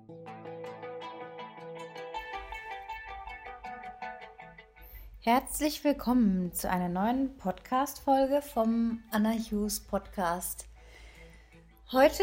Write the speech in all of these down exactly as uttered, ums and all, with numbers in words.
Herzlich willkommen zu einer neuen Podcast-Folge vom Anna Hughes Podcast. Heute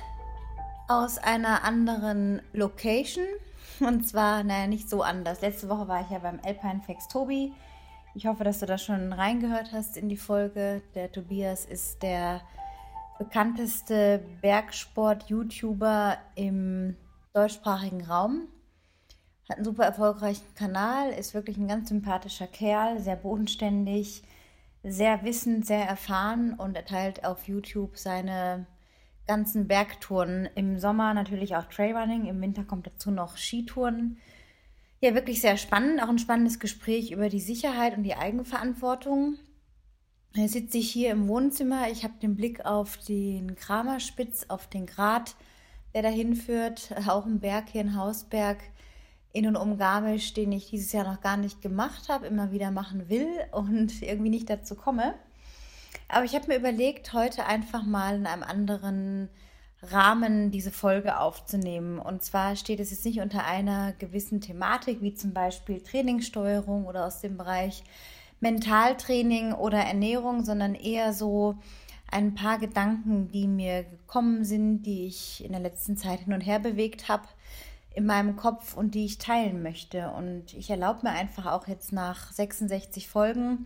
aus einer anderen Location und zwar, naja, nicht so anders. Letzte Woche war ich ja beim Alpine Flex Tobi. Ich hoffe, dass du da schon reingehört hast in die Folge. Der Tobias ist der bekannteste Bergsport-YouTuber im deutschsprachigen Raum. Hat einen super erfolgreichen Kanal, ist wirklich ein ganz sympathischer Kerl, sehr bodenständig, sehr wissend, sehr erfahren und er teilt auf YouTube seine ganzen Bergtouren. Im Sommer natürlich auch Trailrunning, im Winter kommt dazu noch Skitouren. Ja, wirklich sehr spannend, auch ein spannendes Gespräch über die Sicherheit und die Eigenverantwortung. Jetzt sitze ich hier im Wohnzimmer, ich habe den Blick auf den Kramerspitz, auf den Grat, der dahin führt, auch ein Berg hier, ein Hausberg in und um Garmisch, den ich dieses Jahr noch gar nicht gemacht habe, immer wieder machen will und irgendwie nicht dazu komme. Aber ich habe mir überlegt, heute einfach mal in einem anderen Rahmen diese Folge aufzunehmen. Und zwar steht es jetzt nicht unter einer gewissen Thematik, wie zum Beispiel Trainingssteuerung oder aus dem Bereich Mentaltraining oder Ernährung, sondern eher so ein paar Gedanken, die mir gekommen sind, die ich in der letzten Zeit hin und her bewegt habe in meinem Kopf und die ich teilen möchte. Und ich erlaube mir einfach auch jetzt nach sechsundsechzig Folgen,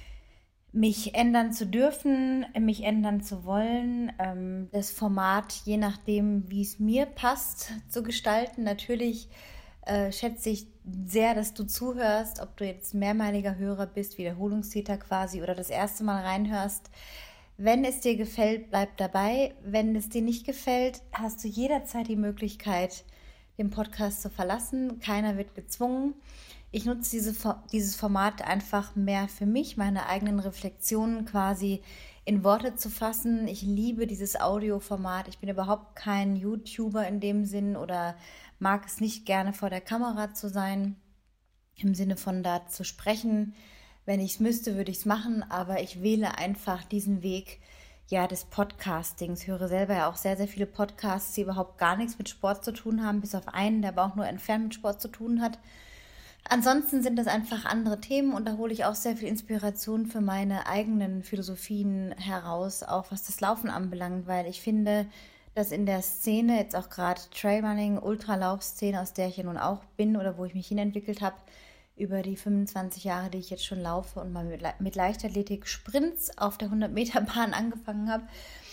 mich ändern zu dürfen, mich ändern zu wollen, ähm, das Format, je nachdem, wie es mir passt, zu gestalten. Natürlich äh, schätze ich sehr, dass du zuhörst, ob du jetzt mehrmaliger Hörer bist, Wiederholungstäter quasi, oder das erste Mal reinhörst. Wenn es dir gefällt, bleib dabei. Wenn es dir nicht gefällt, hast du jederzeit die Möglichkeit, den Podcast zu verlassen. Keiner wird gezwungen. Ich nutze diese, dieses Format einfach mehr für mich, meine eigenen Reflexionen quasi in Worte zu fassen. Ich liebe dieses Audioformat. Ich bin überhaupt kein YouTuber in dem Sinn oder mag es nicht gerne vor der Kamera zu sein, im Sinne von da zu sprechen. Wenn ich es müsste, würde ich es machen, aber ich wähle einfach diesen Weg, ja, des Podcastings. Ich höre selber ja auch sehr, sehr viele Podcasts, die überhaupt gar nichts mit Sport zu tun haben, bis auf einen, der aber auch nur entfernt mit Sport zu tun hat. Ansonsten sind das einfach andere Themen und da hole ich auch sehr viel Inspiration für meine eigenen Philosophien heraus, auch was das Laufen anbelangt, weil ich finde, dass in der Szene, jetzt auch gerade Trailrunning, Ultralaufszene, aus der ich ja nun auch bin oder wo ich mich hinentwickelt habe, über die fünfundzwanzig Jahre, die ich jetzt schon laufe und mal mit, Le- mit Leichtathletik-Sprints auf der hundert-Meter-Bahn angefangen habe,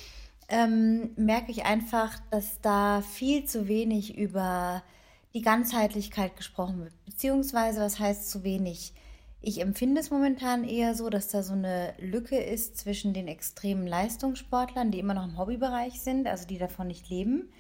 ähm, merke ich einfach, dass da viel zu wenig über die Ganzheitlichkeit gesprochen wird. Beziehungsweise, was heißt zu wenig? Ich empfinde es momentan eher so, dass da so eine Lücke ist zwischen den extremen Leistungssportlern, die immer noch im Hobbybereich sind, also die davon nicht leben,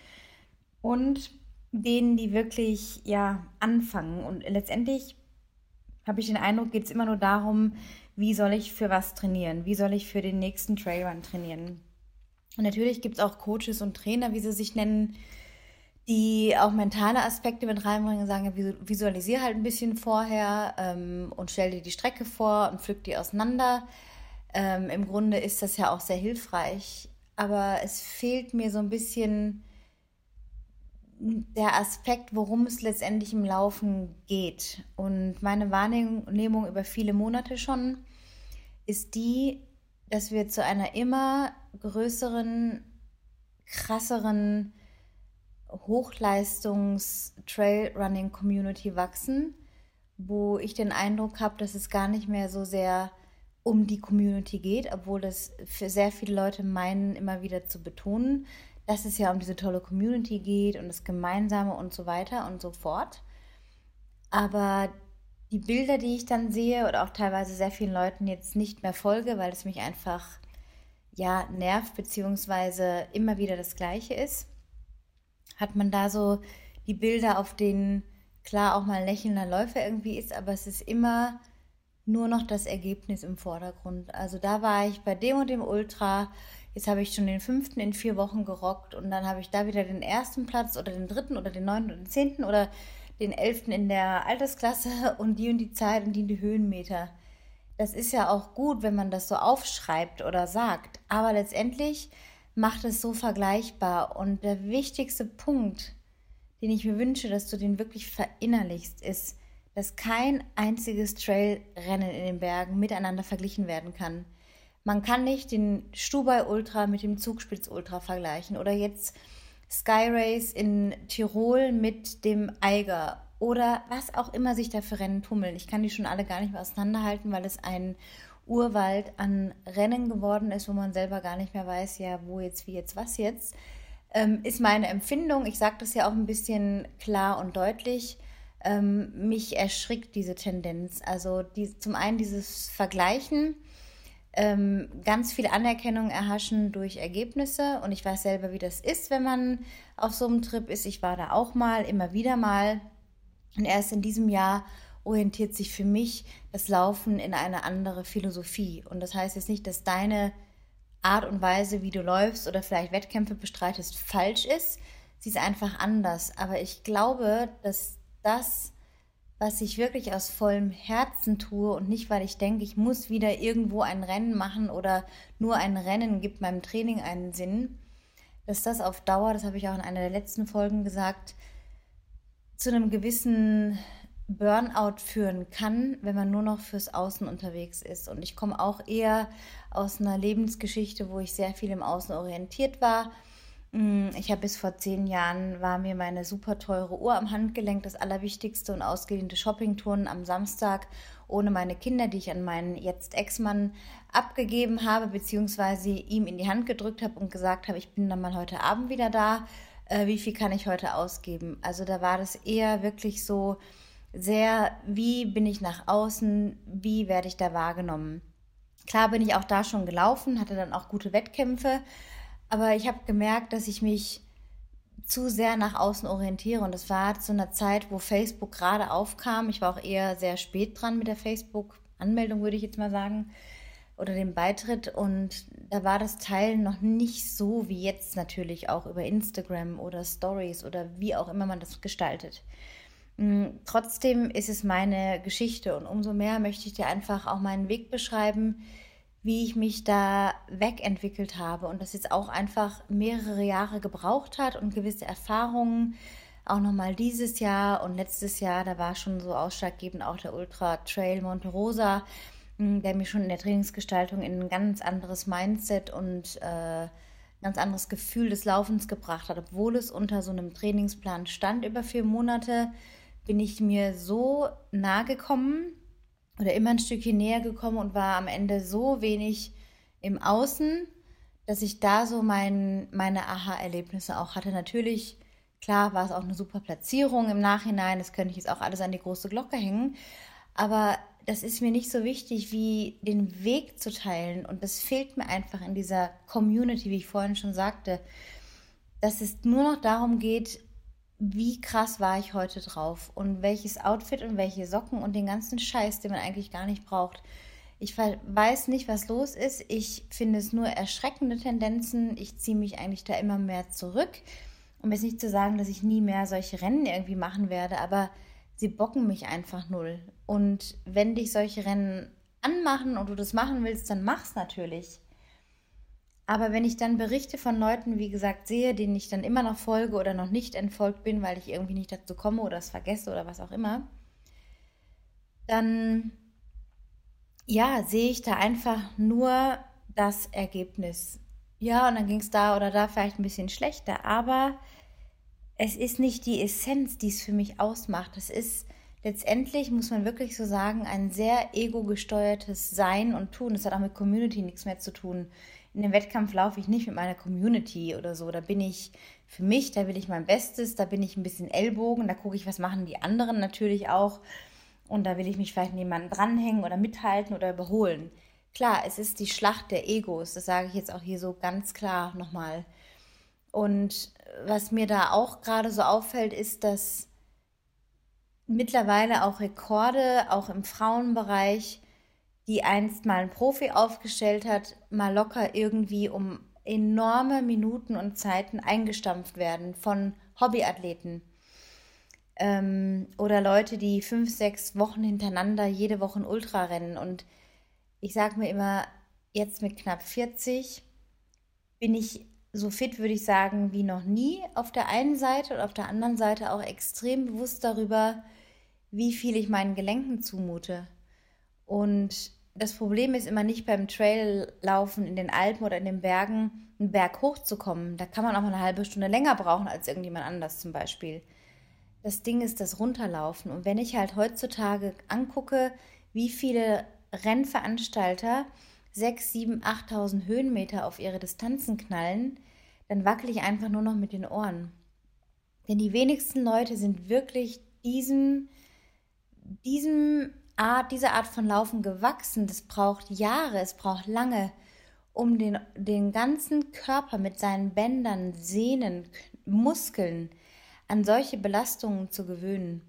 und denen, die wirklich ja anfangen. Und letztendlich habe ich den Eindruck, geht es immer nur darum, wie soll ich für was trainieren? Wie soll ich für den nächsten Trailrun trainieren? Und natürlich gibt es auch Coaches und Trainer, wie sie sich nennen, die auch mentale Aspekte mit reinbringen und sagen, visualisiere halt ein bisschen vorher ähm, und stell dir die Strecke vor und pflück die auseinander. Ähm, im Grunde ist das ja auch sehr hilfreich, aber es fehlt mir so ein bisschen der Aspekt, worum es letztendlich im Laufen geht. Und meine Wahrnehmung über viele Monate schon ist die, dass wir zu einer immer größeren, krasseren Hochleistungs-Trailrunning-Community wachsen, wo ich den Eindruck habe, dass es gar nicht mehr so sehr um die Community geht, obwohl das für sehr viele Leute meinen, immer wieder zu betonen, dass es ja um diese tolle Community geht und das Gemeinsame und so weiter und so fort. Aber die Bilder, die ich dann sehe oder auch teilweise sehr vielen Leuten jetzt nicht mehr folge, weil es mich einfach ja nervt, beziehungsweise immer wieder das Gleiche ist, hat man da so die Bilder, auf denen klar auch mal ein lächelnder Läufer irgendwie ist, aber es ist immer nur noch das Ergebnis im Vordergrund. Also da war ich bei dem und dem Ultra, jetzt habe ich schon den fünften in vier Wochen gerockt und dann habe ich da wieder den ersten Platz oder den dritten oder den neunten oder den zehnten oder den elften in der Altersklasse und die und die Zeit und die und die Höhenmeter. Das ist ja auch gut, wenn man das so aufschreibt oder sagt, aber letztendlich macht es so vergleichbar und der wichtigste Punkt, den ich mir wünsche, dass du den wirklich verinnerlichst, ist, dass kein einziges Trailrennen in den Bergen miteinander verglichen werden kann. Man kann nicht den Stubai Ultra mit dem Zugspitz Ultra vergleichen oder jetzt Sky Race in Tirol mit dem Eiger oder was auch immer sich da für Rennen tummeln. Ich kann die schon alle gar nicht mehr auseinanderhalten, weil es ein Urwald an Rennen geworden ist, wo man selber gar nicht mehr weiß, ja, wo jetzt, wie jetzt, was jetzt. Ähm, ist meine Empfindung. Ich sage das ja auch ein bisschen klar und deutlich. Ähm, mich erschrickt diese Tendenz. Also die, zum einen dieses Vergleichen, ähm, ganz viel Anerkennung erhaschen durch Ergebnisse. Und ich weiß selber, wie das ist, wenn man auf so einem Trip ist. Ich war da auch mal, immer wieder mal. Und erst in diesem Jahr orientiert sich für mich das Laufen in eine andere Philosophie. Und das heißt jetzt nicht, dass deine Art und Weise, wie du läufst oder vielleicht Wettkämpfe bestreitest, falsch ist. Sie ist einfach anders. Aber ich glaube, dass das, was ich wirklich aus vollem Herzen tue und nicht, weil ich denke, ich muss wieder irgendwo ein Rennen machen oder nur ein Rennen gibt meinem Training einen Sinn, dass das auf Dauer, das habe ich auch in einer der letzten Folgen gesagt, zu einem gewissen Burnout führen kann, wenn man nur noch fürs Außen unterwegs ist. Und ich komme auch eher aus einer Lebensgeschichte, wo ich sehr viel im Außen orientiert war. Ich habe bis vor zehn Jahren, war mir meine super teure Uhr am Handgelenk das Allerwichtigste und ausgedehnte Shoppingtouren am Samstag ohne meine Kinder, die ich an meinen jetzt Ex-Mann abgegeben habe, beziehungsweise ihm in die Hand gedrückt habe und gesagt habe, ich bin dann mal heute Abend wieder da. Äh, wie viel kann ich heute ausgeben? Also da war das eher wirklich so sehr, wie bin ich nach außen, wie werde ich da wahrgenommen? Klar bin ich auch da schon gelaufen, hatte dann auch gute Wettkämpfe, aber ich habe gemerkt, dass ich mich zu sehr nach außen orientiere und das war zu einer Zeit, wo Facebook gerade aufkam. Ich war auch eher sehr spät dran mit der Facebook-Anmeldung, würde ich jetzt mal sagen, oder dem Beitritt und da war das Teilen noch nicht so wie jetzt natürlich auch über Instagram oder Stories oder wie auch immer man das gestaltet. Trotzdem ist es meine Geschichte und umso mehr möchte ich dir einfach auch meinen Weg beschreiben, wie ich mich da wegentwickelt habe und das jetzt auch einfach mehrere Jahre gebraucht hat und gewisse Erfahrungen, auch nochmal dieses Jahr und letztes Jahr, da war schon so ausschlaggebend auch der Ultra Trail Monte Rosa, der mich schon in der Trainingsgestaltung in ein ganz anderes Mindset und äh, ganz anderes Gefühl des Laufens gebracht hat, obwohl es unter so einem Trainingsplan stand über vier Monate, bin ich mir so nahe gekommen oder immer ein Stückchen näher gekommen und war am Ende so wenig im Außen, dass ich da so mein, meine Aha-Erlebnisse auch hatte. Natürlich, klar, war es auch eine super Platzierung im Nachhinein, das könnte ich jetzt auch alles an die große Glocke hängen, aber das ist mir nicht so wichtig, wie den Weg zu teilen und das fehlt mir einfach in dieser Community, wie ich vorhin schon sagte, dass es nur noch darum geht, wie krass war ich heute drauf und welches Outfit und welche Socken und den ganzen Scheiß, den man eigentlich gar nicht braucht. Ich weiß nicht, was los ist. Ich finde es nur erschreckende Tendenzen. Ich ziehe mich eigentlich da immer mehr zurück. Um jetzt nicht zu sagen, dass ich nie mehr solche Rennen irgendwie machen werde, aber sie bocken mich einfach null. Und wenn dich solche Rennen anmachen und du das machen willst, dann mach's natürlich. Aber wenn ich dann Berichte von Leuten, wie gesagt, sehe, denen ich dann immer noch folge oder noch nicht entfolgt bin, weil ich irgendwie nicht dazu komme oder es vergesse oder was auch immer, dann ja, sehe ich da einfach nur das Ergebnis. Ja, und dann ging es da oder da vielleicht ein bisschen schlechter, aber es ist nicht die Essenz, die es für mich ausmacht. Es ist letztendlich, muss man wirklich so sagen, ein sehr ego-gesteuertes Sein und Tun. Das hat auch mit Community nichts mehr zu tun. In dem Wettkampf laufe ich nicht mit meiner Community oder so. Da bin ich für mich, da will ich mein Bestes, da bin ich ein bisschen Ellbogen, da gucke ich, was machen die anderen natürlich auch. Und da will ich mich vielleicht an jemanden dranhängen oder mithalten oder überholen. Klar, es ist die Schlacht der Egos, das sage ich jetzt auch hier so ganz klar nochmal. Und was mir da auch gerade so auffällt, ist, dass mittlerweile auch Rekorde, auch im Frauenbereich, die einst mal ein Profi aufgestellt hat, mal locker irgendwie um enorme Minuten und Zeiten eingestampft werden von Hobbyathleten. Ähm, oder Leute, die fünf, sechs Wochen hintereinander jede Woche ein Ultra rennen. Und ich sage mir immer, jetzt mit knapp vierzig bin ich so fit, würde ich sagen, wie noch nie auf der einen Seite und auf der anderen Seite auch extrem bewusst darüber, wie viel ich meinen Gelenken zumute. Und das Problem ist immer nicht beim Traillaufen in den Alpen oder in den Bergen, einen Berg hochzukommen. Da kann man auch mal eine halbe Stunde länger brauchen als irgendjemand anders zum Beispiel. Das Ding ist das Runterlaufen. Und wenn ich halt heutzutage angucke, wie viele Rennveranstalter sechstausend, siebentausend, achttausend Höhenmeter auf ihre Distanzen knallen, dann wackel ich einfach nur noch mit den Ohren. Denn die wenigsten Leute sind wirklich diesem, diesem Art, dieser Art von Laufen gewachsen. Das braucht Jahre, es braucht lange, um den, den ganzen Körper mit seinen Bändern, Sehnen, Muskeln an solche Belastungen zu gewöhnen.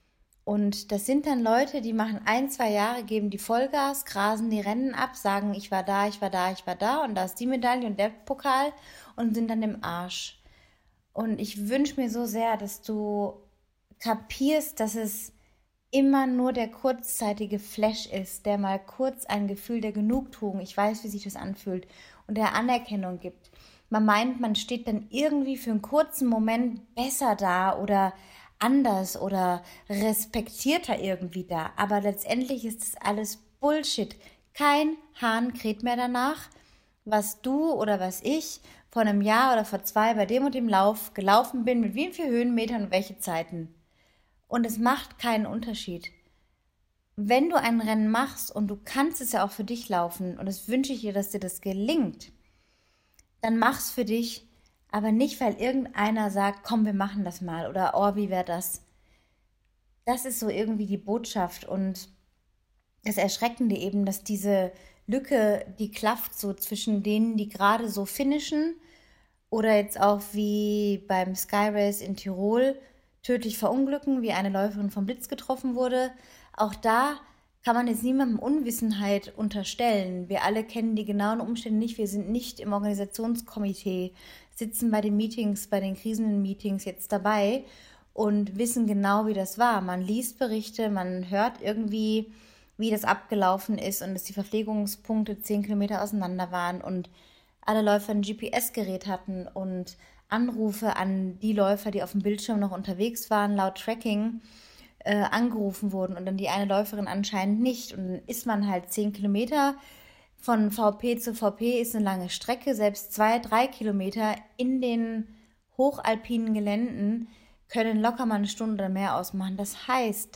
Und das sind dann Leute, die machen ein, zwei Jahre, geben die Vollgas, grasen die Rennen ab, sagen, ich war da, ich war da, ich war da und da ist die Medaille und der Pokal und sind dann im Arsch. Und ich wünsche mir so sehr, dass du kapierst, dass es immer nur der kurzzeitige Flash ist, der mal kurz ein Gefühl der Genugtuung, ich weiß, wie sich das anfühlt, und der Anerkennung gibt. Man meint, man steht dann irgendwie für einen kurzen Moment besser da oder anders oder respektierter irgendwie da. Aber letztendlich ist das alles Bullshit. Kein Hahn kräht mehr danach, was du oder was ich vor einem Jahr oder vor zwei bei dem und dem Lauf gelaufen bin, mit wie vielen Höhenmetern und welche Zeiten. Und es macht keinen Unterschied. Wenn du ein Rennen machst und du kannst es ja auch für dich laufen, und das wünsche ich dir, dass dir das gelingt, dann mach's für dich, aber nicht, weil irgendeiner sagt, komm, wir machen das mal oder oh, wie wäre das? Das ist so irgendwie die Botschaft und das Erschreckende eben, dass diese Lücke, die klafft so zwischen denen, die gerade so finishen oder jetzt auch wie beim Sky Race in Tirol tödlich verunglücken, wie eine Läuferin vom Blitz getroffen wurde. Auch da kann man jetzt niemandem Unwissenheit unterstellen. Wir alle kennen die genauen Umstände nicht. Wir sind nicht im Organisationskomitee, sitzen bei den Meetings, bei den Krisenmeetings jetzt dabei und wissen genau, wie das war. Man liest Berichte, man hört irgendwie, wie das abgelaufen ist und dass die Verpflegungspunkte zehn Kilometer auseinander waren und alle Läufer ein G P S-Gerät hatten und Anrufe an die Läufer, die auf dem Bildschirm noch unterwegs waren, laut Tracking, äh, angerufen wurden und dann die eine Läuferin anscheinend nicht. Und dann ist man halt zehn Kilometer von V P zu V P, ist eine lange Strecke, selbst zwei, drei Kilometer in den hochalpinen Geländen können locker mal eine Stunde oder mehr ausmachen. Das heißt,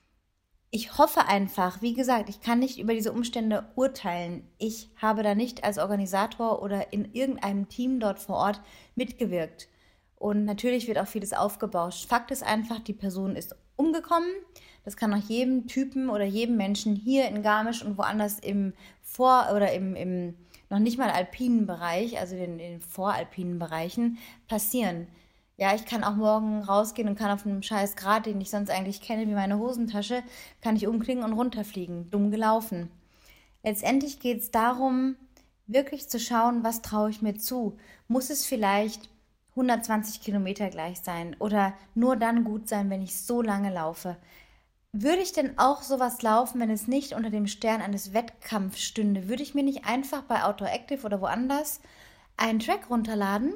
ich hoffe einfach, wie gesagt, ich kann nicht über diese Umstände urteilen. Ich habe da nicht als Organisator oder in irgendeinem Team dort vor Ort mitgewirkt. Und natürlich wird auch vieles aufgebauscht. Fakt ist einfach, die Person ist umgekommen. Das kann auch jedem Typen oder jedem Menschen hier in Garmisch und woanders im Vor- oder im, im noch nicht mal alpinen Bereich, also in den voralpinen Bereichen, passieren. Ja, ich kann auch morgen rausgehen und kann auf einem scheiß Grat, den ich sonst eigentlich kenne, wie meine Hosentasche, kann ich umklicken und runterfliegen. Dumm gelaufen. Letztendlich geht es darum, wirklich zu schauen, was traue ich mir zu. Muss es vielleicht hundertzwanzig Kilometer gleich sein oder nur dann gut sein, wenn ich so lange laufe? Würde ich denn auch sowas laufen, wenn es nicht unter dem Stern eines Wettkampfs stünde? Würde ich mir nicht einfach bei Outdoor Active oder woanders einen Track runterladen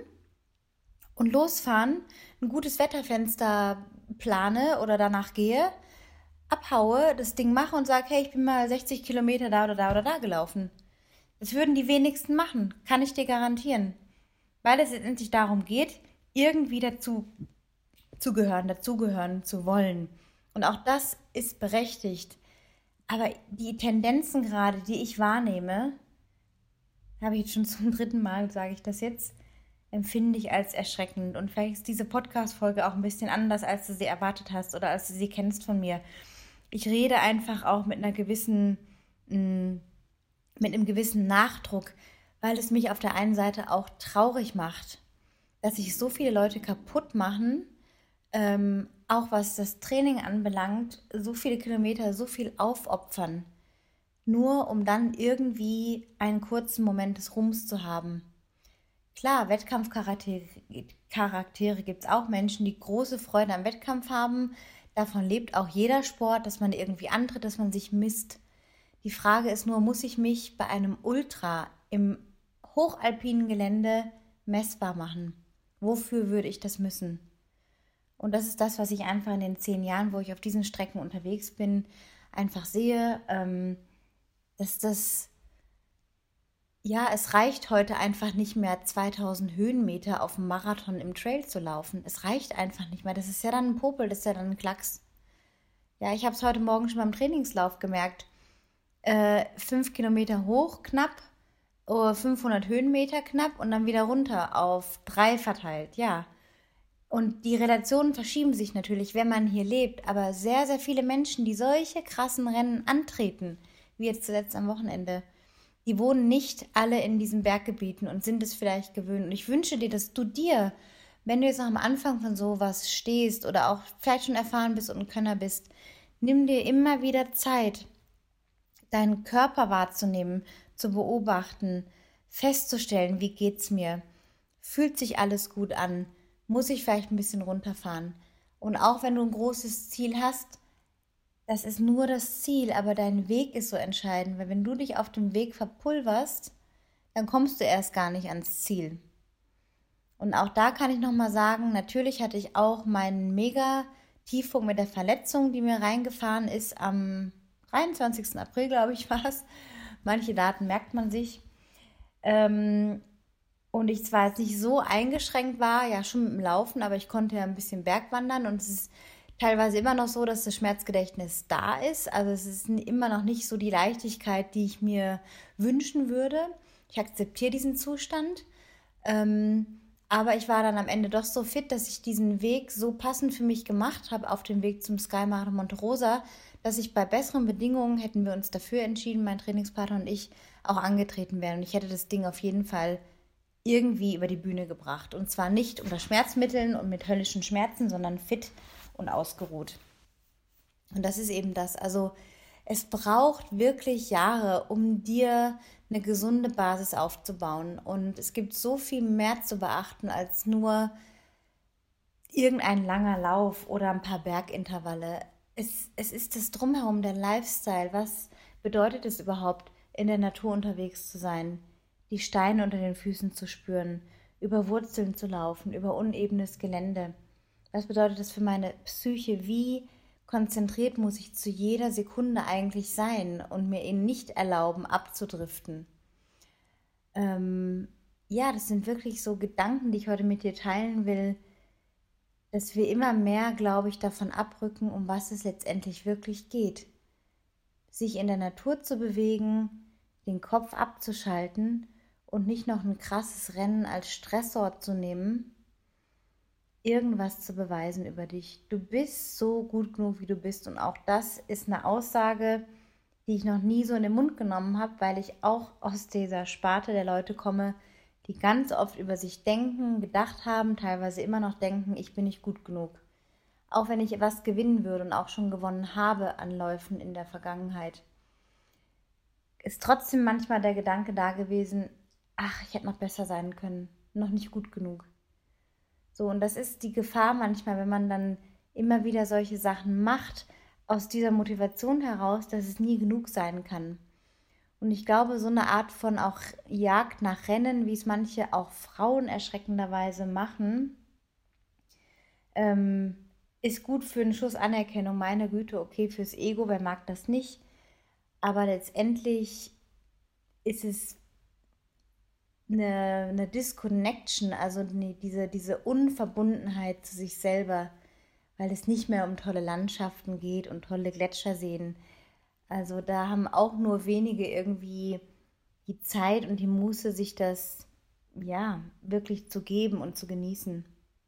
und losfahren, ein gutes Wetterfenster plane oder danach gehe, abhaue, das Ding mache und sage, hey, ich bin mal sechzig Kilometer da oder da oder da gelaufen? Das würden die wenigsten machen, kann ich dir garantieren. Weil es letztendlich darum geht, irgendwie dazu zu gehören, dazugehören zu wollen. Und auch das ist berechtigt. Aber die Tendenzen gerade, die ich wahrnehme, habe ich jetzt schon zum dritten Mal, sage ich das jetzt, empfinde ich als erschreckend. Und vielleicht ist diese Podcast-Folge auch ein bisschen anders, als du sie erwartet hast oder als du sie kennst von mir. Ich rede einfach auch mit einer gewissen, mh, mit einem gewissen Nachdruck, weil es mich auf der einen Seite auch traurig macht, dass sich so viele Leute kaputt machen, ähm, auch was das Training anbelangt, so viele Kilometer, so viel aufopfern, nur um dann irgendwie einen kurzen Moment des Ruhms zu haben. Klar, Wettkampfcharaktere Charaktere gibt es auch, Menschen, die große Freude am Wettkampf haben. Davon lebt auch jeder Sport, dass man irgendwie antritt, dass man sich misst. Die Frage ist nur, muss ich mich bei einem Ultra im hochalpinen Gelände messbar machen. Wofür würde ich das müssen? Und das ist das, was ich einfach in den zehn Jahren, wo ich auf diesen Strecken unterwegs bin, einfach sehe, ähm, dass das, ja, es reicht heute einfach nicht mehr zweitausend Höhenmeter auf dem Marathon im Trail zu laufen. Es reicht einfach nicht mehr. Das ist ja dann ein Popel, das ist ja dann ein Klacks. Ja, ich habe es heute Morgen schon beim Trainingslauf gemerkt. Äh, fünf Kilometer hoch knapp, oh, fünfhundert Höhenmeter knapp und dann wieder runter auf drei verteilt, ja. Und die Relationen verschieben sich natürlich, wenn man hier lebt, aber sehr, sehr viele Menschen, die solche krassen Rennen antreten, wie jetzt zuletzt am Wochenende, die wohnen nicht alle in diesen Berggebieten und sind es vielleicht gewöhnt. Und ich wünsche dir, dass du dir, wenn du jetzt noch am Anfang von sowas stehst oder auch vielleicht schon erfahren bist und ein Könner bist, nimm dir immer wieder Zeit, deinen Körper wahrzunehmen, zu beobachten, festzustellen, wie geht's mir, fühlt sich alles gut an, muss ich vielleicht ein bisschen runterfahren. Und auch wenn du ein großes Ziel hast, das ist nur das Ziel, aber dein Weg ist so entscheidend, weil wenn du dich auf dem Weg verpulverst, dann kommst du erst gar nicht ans Ziel. Und auch da kann ich nochmal sagen, natürlich hatte ich auch meinen mega Tiefpunkt mit der Verletzung, die mir reingefahren ist am dreiundzwanzigsten April, glaube ich, war es. Manche Daten merkt man sich. Ähm, und ich zwar jetzt nicht so eingeschränkt war, ja schon mit dem Laufen, aber ich konnte ja ein bisschen Bergwandern und es ist teilweise immer noch so, dass das Schmerzgedächtnis da ist. Also es ist immer noch nicht so die Leichtigkeit, die ich mir wünschen würde. Ich akzeptiere diesen Zustand. Ähm, aber ich war dann am Ende doch so fit, dass ich diesen Weg so passend für mich gemacht habe auf dem Weg zum Sky Marathon Monte Rosa, dass ich bei besseren Bedingungen, hätten wir uns dafür entschieden, mein Trainingspartner und ich, auch angetreten wären. Und ich hätte das Ding auf jeden Fall irgendwie über die Bühne gebracht. Und zwar nicht unter Schmerzmitteln und mit höllischen Schmerzen, sondern fit und ausgeruht. Und das ist eben das. Also es braucht wirklich Jahre, um dir eine gesunde Basis aufzubauen. Und es gibt so viel mehr zu beachten als nur irgendein langer Lauf oder ein paar Bergintervalle. Es, es ist das Drumherum, der Lifestyle. Was bedeutet es überhaupt, in der Natur unterwegs zu sein, die Steine unter den Füßen zu spüren, über Wurzeln zu laufen, über unebenes Gelände? Was bedeutet das für meine Psyche? Wie konzentriert muss ich zu jeder Sekunde eigentlich sein und mir eben nicht erlauben, abzudriften? Ähm, ja, das sind wirklich so Gedanken, die ich heute mit dir teilen will, dass wir immer mehr, glaube ich, davon abrücken, um was es letztendlich wirklich geht. Sich in der Natur zu bewegen, den Kopf abzuschalten und nicht noch ein krasses Rennen als Stressor zu nehmen, irgendwas zu beweisen über dich. Du bist so gut genug, wie du bist. Und auch das ist eine Aussage, die ich noch nie so in den Mund genommen habe, weil ich auch aus dieser Sparte der Leute komme, die ganz oft über sich denken, gedacht haben, teilweise immer noch denken, ich bin nicht gut genug. Auch wenn ich was gewinnen würde und auch schon gewonnen habe an Läufen in der Vergangenheit, ist trotzdem manchmal der Gedanke da gewesen, ach, ich hätte noch besser sein können, noch nicht gut genug. So, und das ist die Gefahr manchmal, wenn man dann immer wieder solche Sachen macht, aus dieser Motivation heraus, dass es nie genug sein kann. Und ich glaube, so eine Art von auch Jagd nach Rennen, wie es manche auch Frauen erschreckenderweise machen, ähm, ist gut für einen Schuss Anerkennung, meine Güte, okay, fürs Ego, wer mag das nicht? Aber letztendlich ist es eine, eine Disconnection, also eine, diese, diese Unverbundenheit zu sich selber, weil es nicht mehr um tolle Landschaften geht und tolle Gletscherseen. Also da haben auch nur wenige irgendwie die Zeit und die Muße, sich das ja wirklich zu geben und zu genießen.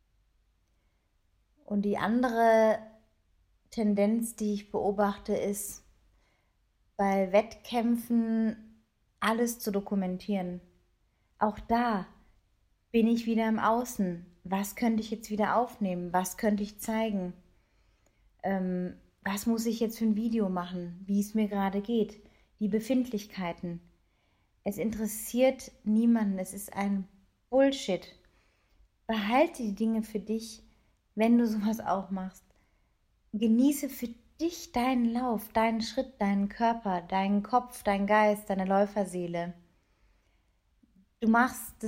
Und die andere Tendenz, die ich beobachte, ist, bei Wettkämpfen alles zu dokumentieren. Auch da bin ich wieder im Außen. Was könnte ich jetzt wieder aufnehmen? Was könnte ich zeigen? Ähm, was muss ich jetzt für ein Video machen? Wie es mir gerade geht? Die Befindlichkeiten. Es interessiert niemanden. Es ist ein Bullshit. Behalte die Dinge für dich, wenn du sowas auch machst. Genieße für dich deinen Lauf, deinen Schritt, deinen Körper, deinen Kopf, deinen Geist, deine Läuferseele. Du machst das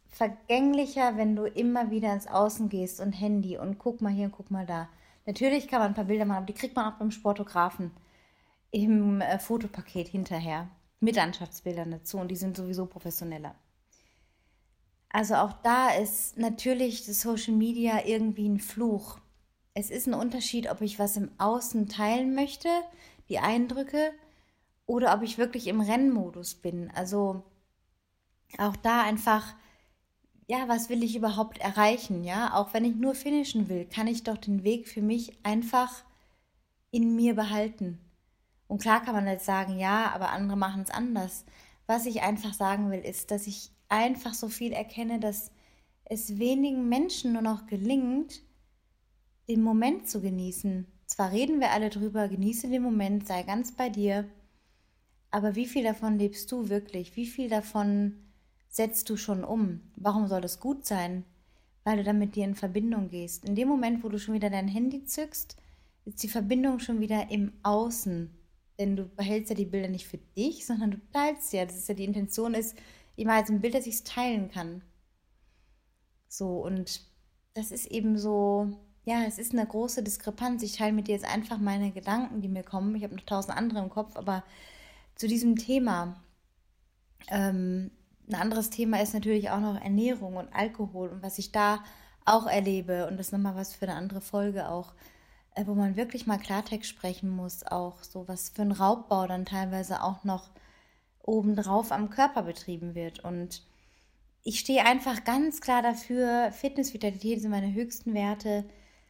vergänglicher, wenn du immer wieder ins Außen gehst und Handy und guck mal hier und guck mal da. Natürlich kann man ein paar Bilder machen, aber die kriegt man auch beim Sportografen im äh, Fotopaket hinterher mit Landschaftsbildern dazu und die sind sowieso professioneller. Also auch da ist natürlich das Social Media irgendwie ein Fluch. Es ist ein Unterschied, ob ich was im Außen teilen möchte, die Eindrücke, oder ob ich wirklich im Rennmodus bin. Also auch da einfach, ja, was will ich überhaupt erreichen, ja? Auch wenn ich nur finishen will, kann ich doch den Weg für mich einfach in mir behalten. Und klar kann man jetzt sagen, ja, aber andere machen es anders. Was ich einfach sagen will, ist, dass ich einfach so viel erkenne, dass es wenigen Menschen nur noch gelingt, den Moment zu genießen. Zwar reden wir alle drüber, genieße den Moment, sei ganz bei dir, aber wie viel davon lebst du wirklich? Wie viel davon setzt du schon um? Warum soll das gut sein? Weil du dann mit dir in Verbindung gehst. In dem Moment, wo du schon wieder dein Handy zückst, ist die Verbindung schon wieder im Außen. Denn du behältst ja die Bilder nicht für dich, sondern du teilst ja. Das ist ja die Intention ist, ich mache jetzt ein Bild, das ich teilen kann. So, und das ist eben so, ja, es ist eine große Diskrepanz. Ich teile mit dir jetzt einfach meine Gedanken, die mir kommen. Ich habe noch tausend andere im Kopf, aber zu diesem Thema. Ähm, ein anderes Thema ist natürlich auch noch Ernährung und Alkohol und was ich da auch erlebe. Und das ist nochmal was für eine andere Folge auch, äh, wo man wirklich mal Klartext sprechen muss. Auch so was für ein Raubbau dann teilweise auch noch obendrauf am Körper betrieben wird. Und ich stehe einfach ganz klar dafür, Fitness, Vitalität sind meine höchsten Werte.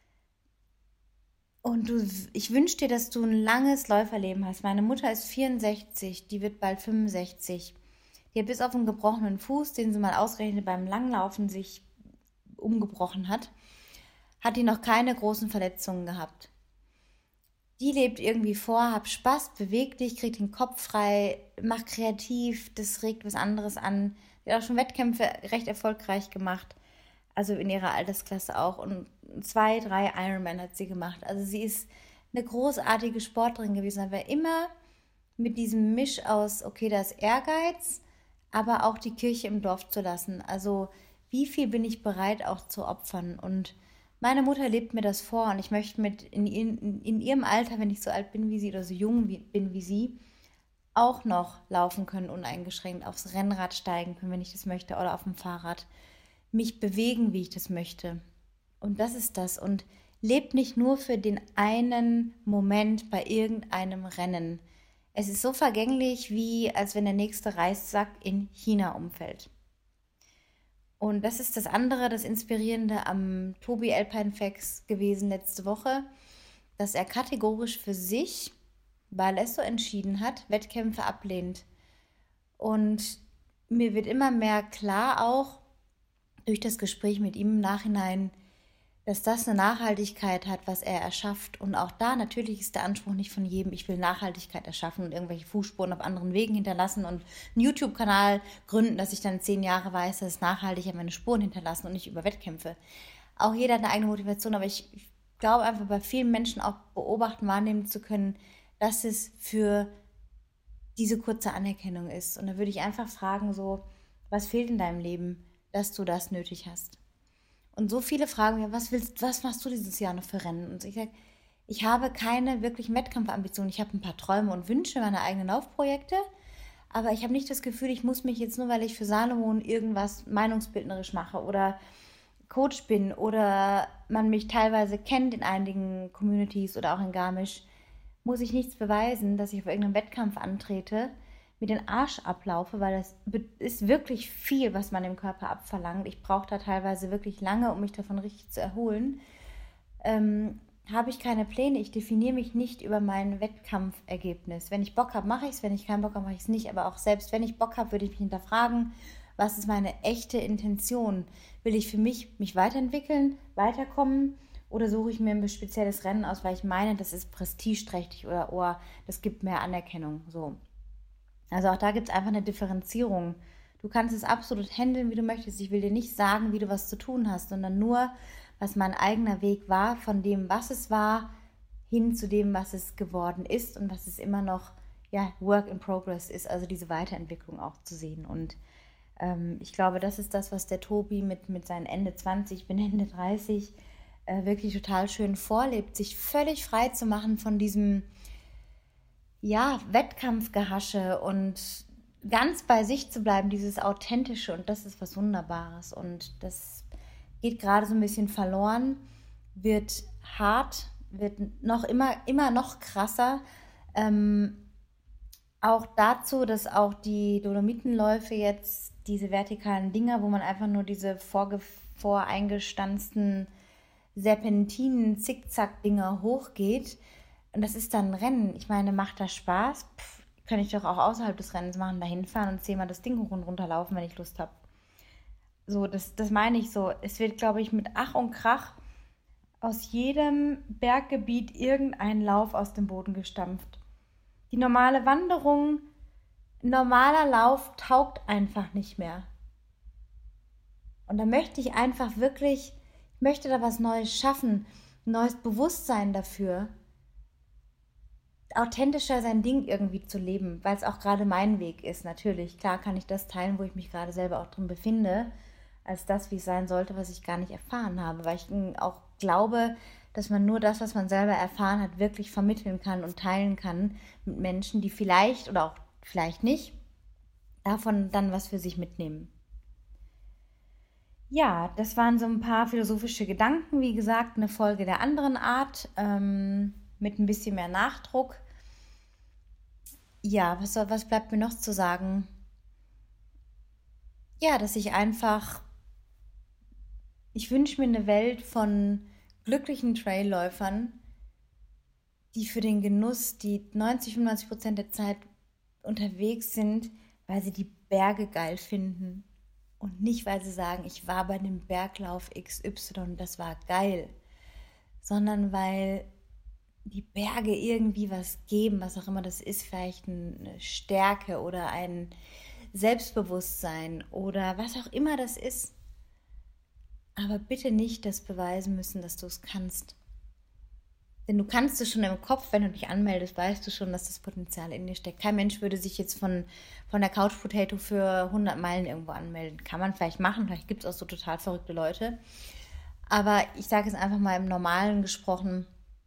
Und du, ich wünsche dir, dass du ein langes Läuferleben hast. Meine Mutter ist vierundsechzig, die wird bald fünfundsechzig. Die hat bis auf einen gebrochenen Fuß, den sie mal ausgerechnet beim Langlaufen sich umgebrochen hat, hat die noch keine großen Verletzungen gehabt. Die lebt irgendwie vor, hab Spaß, beweg dich, krieg den Kopf frei, mach kreativ, das regt was anderes an. Sie hat auch schon Wettkämpfe recht erfolgreich gemacht, also in ihrer Altersklasse auch. Und zwei, drei Ironman hat sie gemacht. Also sie ist eine großartige Sportlerin gewesen, aber immer mit diesem Misch aus, okay, da ist Ehrgeiz, aber auch die Kirche im Dorf zu lassen. Also wie viel bin ich bereit auch zu opfern? Und meine Mutter lebt mir das vor und ich möchte mit in, in, in ihrem Alter, wenn ich so alt bin wie sie oder so jung wie, bin wie sie, auch noch laufen können, uneingeschränkt, aufs Rennrad steigen können, wenn ich das möchte, oder auf dem Fahrrad. Mich bewegen, wie ich das möchte. Und das ist das. Und lebt nicht nur für den einen Moment bei irgendeinem Rennen. Es ist so vergänglich, wie als wenn der nächste Reissack in China umfällt. Und das ist das andere, das Inspirierende am Tobi Alpine-Fax gewesen letzte Woche, dass er kategorisch für sich, weil er es so entschieden hat, Wettkämpfe ablehnt. Und mir wird immer mehr klar auch durch das Gespräch mit ihm im Nachhinein, dass das eine Nachhaltigkeit hat, was er erschafft. Und auch da natürlich ist der Anspruch nicht von jedem, ich will Nachhaltigkeit erschaffen und irgendwelche Fußspuren auf anderen Wegen hinterlassen und einen YouTube-Kanal gründen, dass ich dann zehn Jahre weiß, dass es nachhaltig hat, meine Spuren hinterlassen und nicht über Wettkämpfe. Auch jeder hat eine eigene Motivation, aber ich, ich glaube einfach bei vielen Menschen auch beobachten, wahrnehmen zu können, dass es für diese kurze Anerkennung ist. Und da würde ich einfach fragen, so, was fehlt in deinem Leben, dass du das nötig hast? Und so viele fragen mir, was willst, was machst du dieses Jahr noch für Rennen? Und ich sage, ich habe keine wirklichen Wettkampfambitionen. Ich habe ein paar Träume und Wünsche, meine eigenen Laufprojekte, aber ich habe nicht das Gefühl, ich muss mich jetzt nur, weil ich für Salomon irgendwas meinungsbildnerisch mache oder Coach bin oder man mich teilweise kennt in einigen Communities oder auch in Garmisch, muss ich nichts beweisen, dass ich auf irgendeinem Wettkampf antrete, mir den Arsch ablaufe, weil das ist wirklich viel, was man dem Körper abverlangt. Ich brauche da teilweise wirklich lange, um mich davon richtig zu erholen. Ähm, habe ich keine Pläne. Ich definiere mich nicht über mein Wettkampfergebnis. Wenn ich Bock habe, mache ich es. Wenn ich keinen Bock habe, mache ich es nicht. Aber auch selbst wenn ich Bock habe, würde ich mich hinterfragen, was ist meine echte Intention? Will ich für mich mich weiterentwickeln, weiterkommen? Oder suche ich mir ein spezielles Rennen aus, weil ich meine, das ist prestigeträchtig oder oh, das gibt mehr Anerkennung. So. Also auch da gibt es einfach eine Differenzierung. Du kannst es absolut handeln, wie du möchtest. Ich will dir nicht sagen, wie du was zu tun hast, sondern nur, was mein eigener Weg war, von dem, was es war, hin zu dem, was es geworden ist und was es immer noch ja, Work in Progress ist, also diese Weiterentwicklung auch zu sehen. Und Ähm, ich glaube, das ist das, was der Tobi mit, mit seinen Ende zwanzig, ich bin Ende dreißig, äh, wirklich total schön vorlebt, sich völlig frei zu machen von diesem, ja, Wettkampfgehasche und ganz bei sich zu bleiben, dieses Authentische, und das ist was Wunderbares. Und das geht gerade so ein bisschen verloren, wird hart, wird noch immer, immer noch krasser. Ähm, auch dazu, dass auch die Dolomitenläufe jetzt diese vertikalen Dinger, wo man einfach nur diese vorge voreingestanzten Serpentinen, Zickzack-Dinger hochgeht. Und das ist dann ein Rennen. Ich meine, macht das Spaß? Pff, kann ich doch auch außerhalb des Rennens machen, da hinfahren und zehnmal das Ding hoch und runter laufen, wenn ich Lust habe. So, das, das meine ich so. Es wird, glaube ich, mit Ach und Krach aus jedem Berggebiet irgendein Lauf aus dem Boden gestampft. Die normale Wanderung, normaler Lauf taugt einfach nicht mehr. Und da möchte ich einfach wirklich, ich möchte da was Neues schaffen, ein neues Bewusstsein dafür, authentischer sein Ding irgendwie zu leben, weil es auch gerade mein Weg ist, natürlich. Klar kann ich das teilen, wo ich mich gerade selber auch drin befinde, als das, wie es sein sollte, was ich gar nicht erfahren habe, weil ich auch glaube, dass man nur das, was man selber erfahren hat, wirklich vermitteln kann und teilen kann mit Menschen, die vielleicht oder auch vielleicht nicht davon dann was für sich mitnehmen. Ja, das waren so ein paar philosophische Gedanken. Wie gesagt, eine Folge der anderen Art, ähm, mit ein bisschen mehr Nachdruck. Ja, was, soll, was bleibt mir noch zu sagen? Ja, dass ich einfach, ich wünsche mir eine Welt von glücklichen Trailläufern, die für den Genuss, die neunzig, fünfundneunzig Prozent der Zeit unterwegs sind, weil sie die Berge geil finden. Und nicht, weil sie sagen, ich war bei dem Berglauf X Y, das war geil. Sondern weil die Berge irgendwie was geben, was auch immer das ist, vielleicht eine Stärke oder ein Selbstbewusstsein oder was auch immer das ist. Aber bitte nicht das beweisen müssen, dass du es kannst. Denn du kannst es schon im Kopf, wenn du dich anmeldest, weißt du schon, dass das Potenzial in dir steckt. Kein Mensch würde sich jetzt von, von der Couch Potato für hundert Meilen irgendwo anmelden. Kann man vielleicht machen, vielleicht gibt es auch so total verrückte Leute. Aber ich sage es einfach mal im Normalen gesprochen,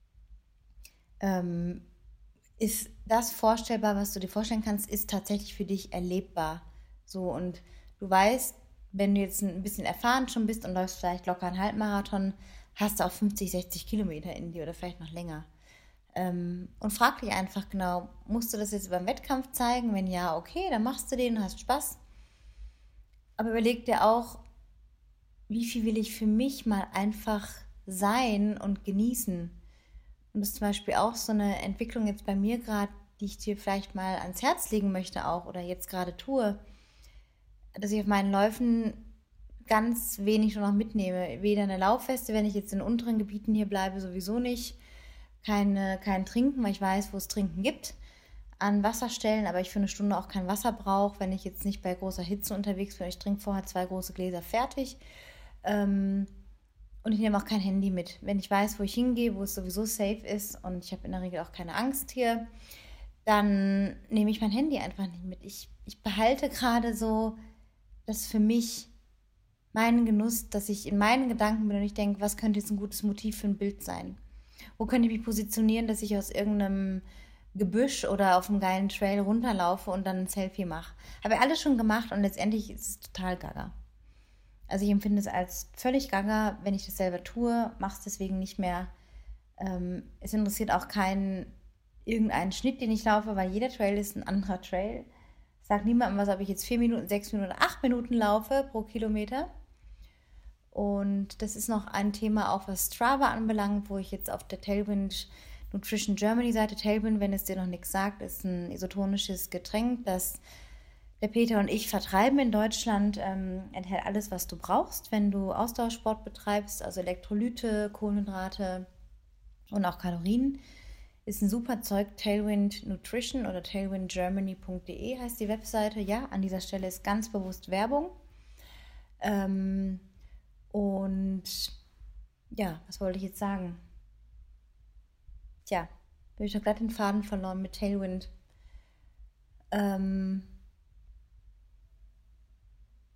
ähm, ist das vorstellbar, was du dir vorstellen kannst, ist tatsächlich für dich erlebbar. So, und du weißt, wenn du jetzt ein bisschen erfahren schon bist und läufst vielleicht locker einen Halbmarathon, hast du auch fünfzig, sechzig Kilometer in dir oder vielleicht noch länger. Ähm, und frag dich einfach genau, musst du das jetzt beim Wettkampf zeigen? Wenn ja, okay, dann machst du den, hast Spaß. Aber überleg dir auch, wie viel will ich für mich mal einfach sein und genießen? Und das ist zum Beispiel auch so eine Entwicklung jetzt bei mir gerade, die ich dir vielleicht mal ans Herz legen möchte auch oder jetzt gerade tue, dass ich auf meinen Läufen ganz wenig nur noch mitnehme. Weder eine Laufweste, wenn ich jetzt in unteren Gebieten hier bleibe, sowieso nicht. Keine, kein Trinken, weil ich weiß, wo es Trinken gibt an Wasserstellen, aber ich für eine Stunde auch kein Wasser brauche, wenn ich jetzt nicht bei großer Hitze unterwegs bin. Ich trinke vorher zwei große Gläser fertig. Ähm, und ich nehme auch kein Handy mit. Wenn ich weiß, wo ich hingehe, wo es sowieso safe ist und ich habe in der Regel auch keine Angst hier, dann nehme ich mein Handy einfach nicht mit. Ich, ich behalte gerade so das für mich meinen Genuss, dass ich in meinen Gedanken bin und ich denke, was könnte jetzt ein gutes Motiv für ein Bild sein? Wo könnte ich mich positionieren, dass ich aus irgendeinem Gebüsch oder auf einem geilen Trail runterlaufe und dann ein Selfie mache? Habe ich alles schon gemacht und letztendlich ist es total gaga. Also ich empfinde es als völlig gaga, wenn ich das selber tue, mache es deswegen nicht mehr. Ähm, es interessiert auch keinen irgendeinen Schnitt, den ich laufe, weil jeder Trail ist ein anderer Trail. Ich sage niemandem was, ob ich jetzt vier Minuten, sechs Minuten oder acht Minuten laufe pro Kilometer. Und das ist noch ein Thema, auch was Strava anbelangt, wo ich jetzt auf der Tailwind Nutrition Germany Seite, Tailwind, wenn es dir noch nichts sagt, ist ein isotonisches Getränk, das der Peter und ich vertreiben in Deutschland, ähm, enthält alles, was du brauchst, wenn du Ausdauersport betreibst, also Elektrolyte, Kohlenhydrate und auch Kalorien. Ist ein super Zeug, Tailwind Nutrition oder tailwind germany punkt de heißt die Webseite. Ja, an dieser Stelle ist ganz bewusst Werbung. Ähm, und ja, was wollte ich jetzt sagen? Tja, habe ich doch glatt den Faden verloren mit Tailwind. Ähm,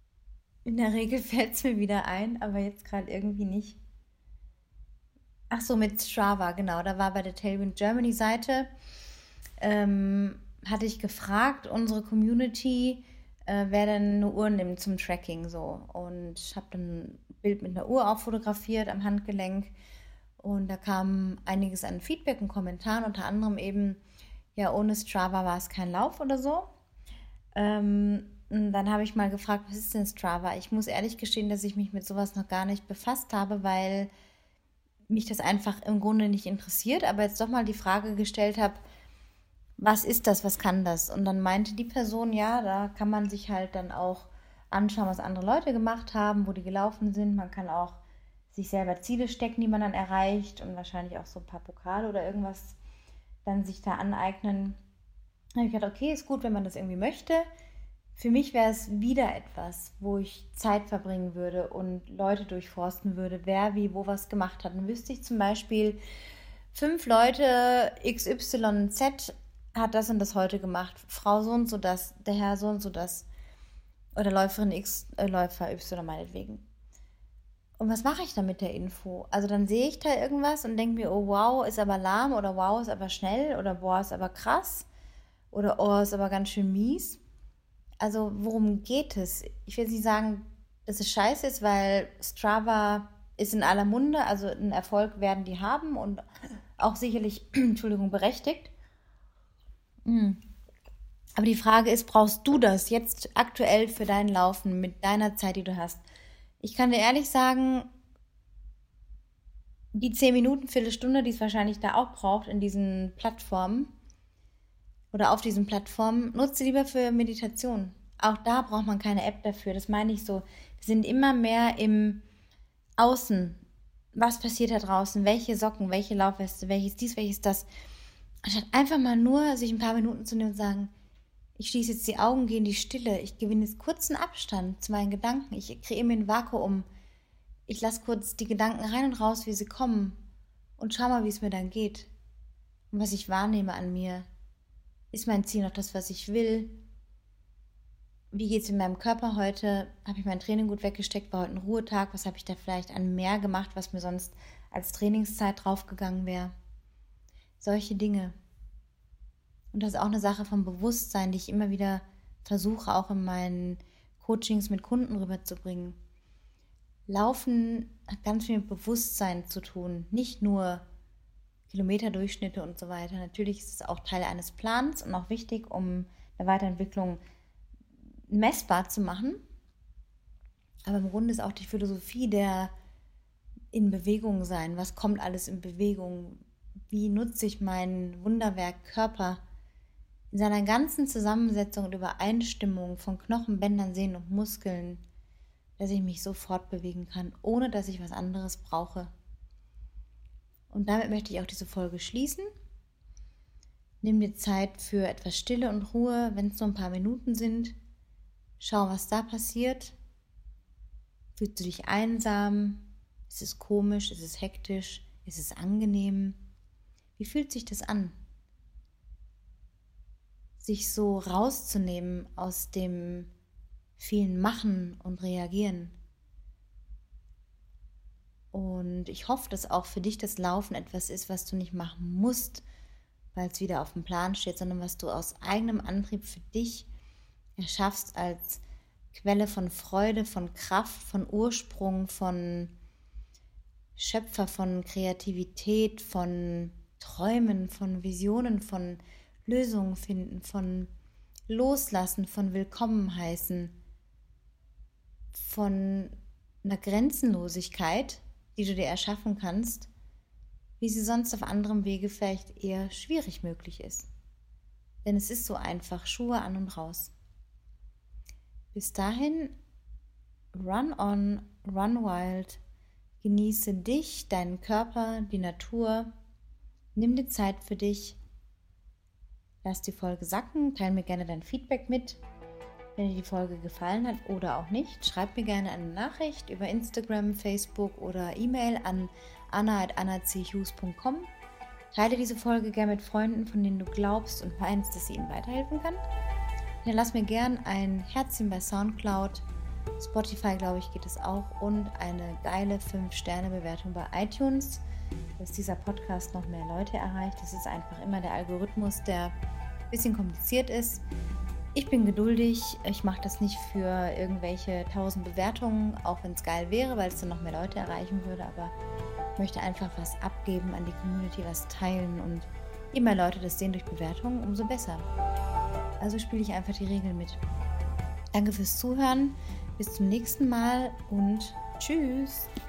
In der Regel fällt es mir wieder ein, aber jetzt gerade irgendwie nicht. Ach so, mit Strava, genau. Da war bei der Tailwind Germany Seite, ähm, hatte ich gefragt, unsere Community, äh, wer denn eine Uhr nimmt zum Tracking so. Und habe dann ein Bild mit einer Uhr auch fotografiert am Handgelenk. Und da kam einiges an Feedback und Kommentaren, unter anderem eben, ja, ohne Strava war es kein Lauf oder so. Ähm, und dann habe ich mal gefragt, was ist denn Strava? Ich muss ehrlich gestehen, dass ich mich mit sowas noch gar nicht befasst habe, weil mich das einfach im Grunde nicht interessiert, aber jetzt doch mal die Frage gestellt habe, was ist das, was kann das? Und dann meinte die Person, ja, da kann man sich halt dann auch anschauen, was andere Leute gemacht haben, wo die gelaufen sind. Man kann auch sich selber Ziele stecken, die man dann erreicht und wahrscheinlich auch so ein paar Pokale oder irgendwas dann sich da aneignen. Da habe ich gedacht, okay, ist gut, wenn man das irgendwie möchte. Für mich wäre es wieder etwas, wo ich Zeit verbringen würde und Leute durchforsten würde, wer wie wo was gemacht hat. Dann wüsste ich zum Beispiel, fünf Leute X Y Z hat das und das heute gemacht. Frau so und so das, der Herr so und so das. Oder Läuferin X, äh, Läufer Y meinetwegen. Und was mache ich dann mit der Info? Also dann sehe ich da irgendwas und denke mir, oh wow, ist aber lahm oder wow, ist aber schnell oder boah, ist aber krass oder oh, ist aber ganz schön mies. Also worum geht es? Ich will nicht sagen, dass es scheiße ist, weil Strava ist in aller Munde, also einen Erfolg werden die haben und auch sicherlich, Entschuldigung, berechtigt. Mhm. Aber die Frage ist, brauchst du das jetzt aktuell für dein Laufen mit deiner Zeit, die du hast? Ich kann dir ehrlich sagen, die zehn Minuten, Viertelstunde, die es wahrscheinlich da auch braucht in diesen Plattformen oder auf diesen Plattformen, nutze lieber für Meditation. Auch da braucht man keine App dafür. Das meine ich so. Wir sind immer mehr im Außen. Was passiert da draußen? Welche Socken, welche Laufweste, welches dies, welches das? Anstatt einfach mal nur sich ein paar Minuten zu nehmen und sagen, ich schließe jetzt die Augen, gehe in die Stille. Ich gewinne jetzt kurzen Abstand zu meinen Gedanken. Ich kreiere mir ein Vakuum. Ich lasse kurz die Gedanken rein und raus, wie sie kommen. Und schau mal, wie es mir dann geht. Und was ich wahrnehme an mir. Ist mein Ziel noch das, was ich will? Wie geht es in meinem Körper heute? Habe ich mein Training gut weggesteckt? War heute ein Ruhetag? Was habe ich da vielleicht an mehr gemacht, was mir sonst als Trainingszeit draufgegangen wäre? Solche Dinge. Und das ist auch eine Sache vom Bewusstsein, die ich immer wieder versuche, auch in meinen Coachings mit Kunden rüberzubringen. Laufen hat ganz viel mit Bewusstsein zu tun, nicht nur Kilometerdurchschnitte und so weiter. Natürlich ist es auch Teil eines Plans und auch wichtig, um eine Weiterentwicklung messbar zu machen. Aber im Grunde ist auch die Philosophie der in Bewegung sein. Was kommt alles in Bewegung? Wie nutze ich mein Wunderwerk Körper in seiner ganzen Zusammensetzung und Übereinstimmung von Knochen, Bändern, Sehnen und Muskeln, dass ich mich so fortbewegen kann, ohne dass ich was anderes brauche. Und damit möchte ich auch diese Folge schließen. Nimm dir Zeit für etwas Stille und Ruhe, wenn es nur ein paar Minuten sind. Schau, was da passiert. Fühlst du dich einsam? Ist es komisch? Ist es hektisch? Ist es angenehm? Wie fühlt sich das an? Sich so rauszunehmen aus dem vielen Machen und Reagieren. Und ich hoffe, dass auch für dich das Laufen etwas ist, was du nicht machen musst, weil es wieder auf dem Plan steht, sondern was du aus eigenem Antrieb für dich erschaffst als Quelle von Freude, von Kraft, von Ursprung, von Schöpfer, von Kreativität, von Träumen, von Visionen, von Lösungen finden, von Loslassen, von Willkommen heißen, von einer Grenzenlosigkeit, die du dir erschaffen kannst, wie sie sonst auf anderem Wege vielleicht eher schwierig möglich ist. Denn es ist so einfach, Schuhe an und raus. Bis dahin, run on, run wild, genieße dich, deinen Körper, die Natur, nimm dir Zeit für dich, lass die Folge sacken, teile mir gerne dein Feedback mit, wenn dir die Folge gefallen hat oder auch nicht. Schreib mir gerne eine Nachricht über Instagram, Facebook oder E-Mail an anna at anna c hughes punkt com. Teile diese Folge gerne mit Freunden, von denen du glaubst und meinst, dass sie ihnen weiterhelfen kann. Dann lass mir gerne ein Herzchen bei Soundcloud Spotify, glaube ich, geht es auch. Und eine geile fünf Sterne Bewertung bei iTunes, dass dieser Podcast noch mehr Leute erreicht. Das ist einfach immer der Algorithmus, der ein bisschen kompliziert ist. Ich bin geduldig. Ich mache das nicht für irgendwelche tausend Bewertungen, auch wenn es geil wäre, weil es dann noch mehr Leute erreichen würde. Aber ich möchte einfach was abgeben an die Community, was teilen. Und je mehr Leute das sehen durch Bewertungen, umso besser. Also spiele ich einfach die Regeln mit. Danke fürs Zuhören. Bis zum nächsten Mal und tschüss.